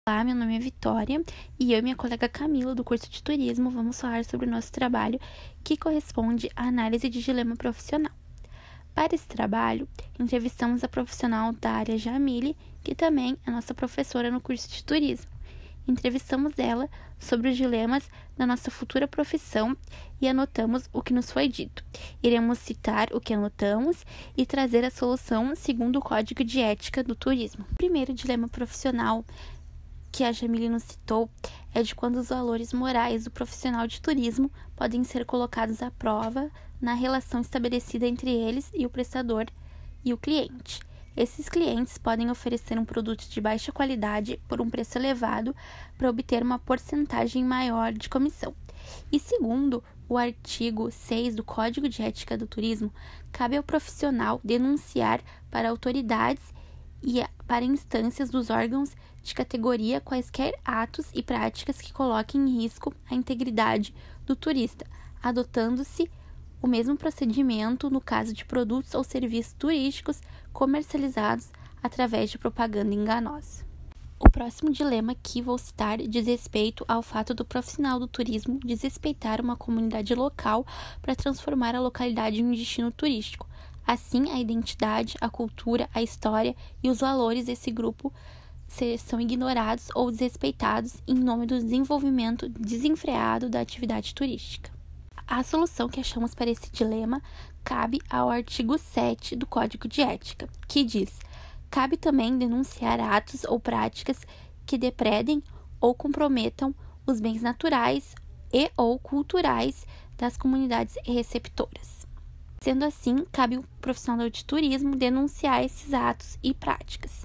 Olá, meu nome é Vitória e eu e minha colega Camila, do curso de Turismo, vamos falar sobre o nosso trabalho que corresponde à análise de dilema profissional. Para esse trabalho, entrevistamos a profissional Dária Jamile, que também é nossa professora no curso de Turismo. Entrevistamos ela sobre os dilemas da nossa futura profissão e anotamos o que nos foi dito. Iremos citar o que anotamos e trazer a solução segundo o Código de Ética do Turismo. O primeiro dilema profissional que a Jamile nos citou é de quando os valores morais do profissional de turismo podem ser colocados à prova na relação estabelecida entre eles e o prestador e o cliente. Esses clientes podem oferecer um produto de baixa qualidade por um preço elevado para obter uma porcentagem maior de comissão. E segundo o artigo 6 do Código de Ética do Turismo, cabe ao profissional denunciar para autoridades e para instâncias dos órgãos de categoria quaisquer atos e práticas que coloquem em risco a integridade do turista, adotando-se o mesmo procedimento no caso de produtos ou serviços turísticos comercializados através de propaganda enganosa. O próximo dilema que vou citar diz respeito ao fato do profissional do turismo desrespeitar uma comunidade local para transformar a localidade em um destino turístico. Assim, a identidade, a cultura, a história e os valores desse grupo são ignorados ou desrespeitados em nome do desenvolvimento desenfreado da atividade turística. A solução que achamos para esse dilema cabe ao artigo 7 do Código de Ética, que diz: cabe também denunciar atos ou práticas que depredem ou comprometam os bens naturais e ou culturais das comunidades receptoras. Sendo assim, cabe ao profissional de turismo denunciar esses atos e práticas.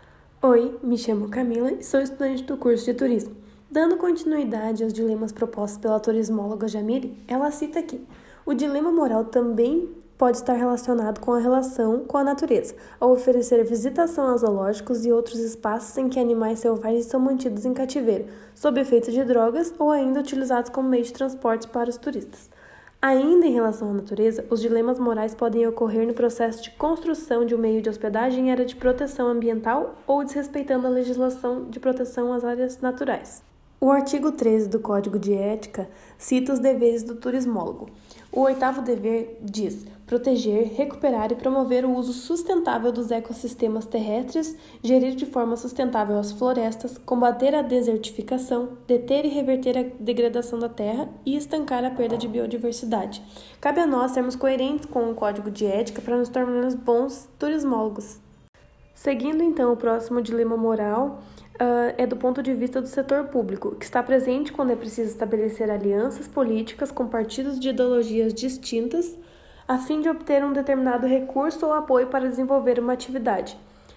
Oi, me chamo Camila e sou estudante do curso de Turismo. Dando continuidade aos dilemas propostos pela turismóloga Jamile, ela cita aqui: o dilema moral também pode estar relacionado com a relação com a natureza, ao oferecer visitação a zoológicos e outros espaços em que animais selvagens são mantidos em cativeiro, sob efeito de drogas ou ainda utilizados como meio de transporte para os turistas. Ainda em relação à natureza, os dilemas morais podem ocorrer no processo de construção de um meio de hospedagem em área de proteção ambiental ou desrespeitando a legislação de proteção às áreas naturais. O artigo 13 do Código de Ética cita os deveres do turismólogo. O 8º dever diz: proteger, recuperar e promover o uso sustentável dos ecossistemas terrestres, gerir de forma sustentável as florestas, combater a desertificação, deter e reverter a degradação da terra e estancar a perda de biodiversidade. Cabe a nós sermos coerentes com o Código de Ética para nos tornarmos bons turismólogos. Seguindo então o próximo dilema moral, é do ponto de vista do setor público, que está presente quando é preciso estabelecer alianças políticas com partidos de ideologias distintas, a fim de obter um determinado recurso ou apoio para desenvolver uma atividade.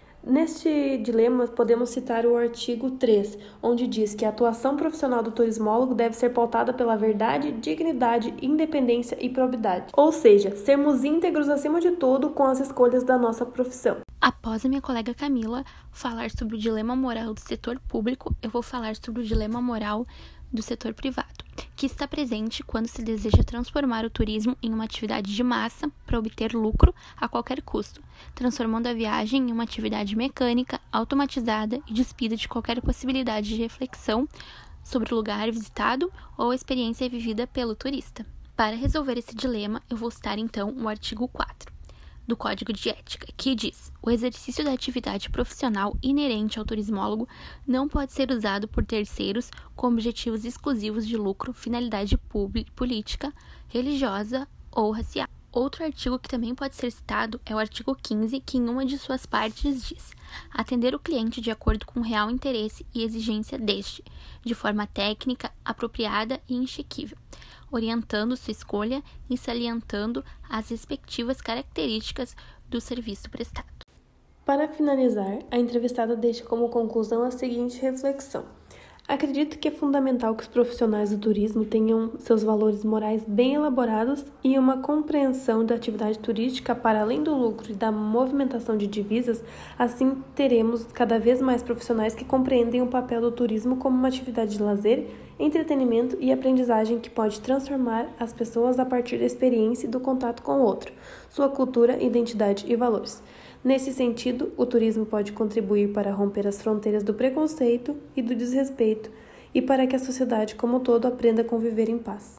Neste dilema, podemos citar o artigo 3, onde diz que a atuação profissional do turismólogo deve ser pautada pela verdade, dignidade, independência e probidade. Ou seja, sermos íntegros acima de tudo com as escolhas da nossa profissão. Após a minha colega Camila falar sobre o dilema moral do setor público, eu vou falar sobre o dilema moral do setor privado, que está presente quando se deseja transformar o turismo em uma atividade de massa para obter lucro a qualquer custo, transformando a viagem em uma atividade mecânica, automatizada e despida de qualquer possibilidade de reflexão sobre o lugar visitado ou a experiência vivida pelo turista. Para resolver esse dilema, eu vou citar então o artigo 4 do Código de Ética, que diz: o exercício da atividade profissional inerente ao turismólogo não pode ser usado por terceiros com objetivos exclusivos de lucro, finalidade política, religiosa ou racial. Outro artigo que também pode ser citado é o artigo 15, que em uma de suas partes diz: atender o cliente de acordo com o real interesse e exigência deste, de forma técnica, apropriada e inexequível, orientando sua escolha e salientando as respectivas características do serviço prestado. Para finalizar, a entrevistada deixa como conclusão a seguinte reflexão: acredito que é fundamental que os profissionais do turismo tenham seus valores morais bem elaborados e uma compreensão da atividade turística para além do lucro e da movimentação de divisas. Assim, teremos cada vez mais profissionais que compreendem o papel do turismo como uma atividade de lazer, entretenimento e aprendizagem que pode transformar as pessoas a partir da experiência e do contato com o outro, sua cultura, identidade e valores. Nesse sentido, o turismo pode contribuir para romper as fronteiras do preconceito e do desrespeito e para que a sociedade como um todo aprenda a conviver em paz.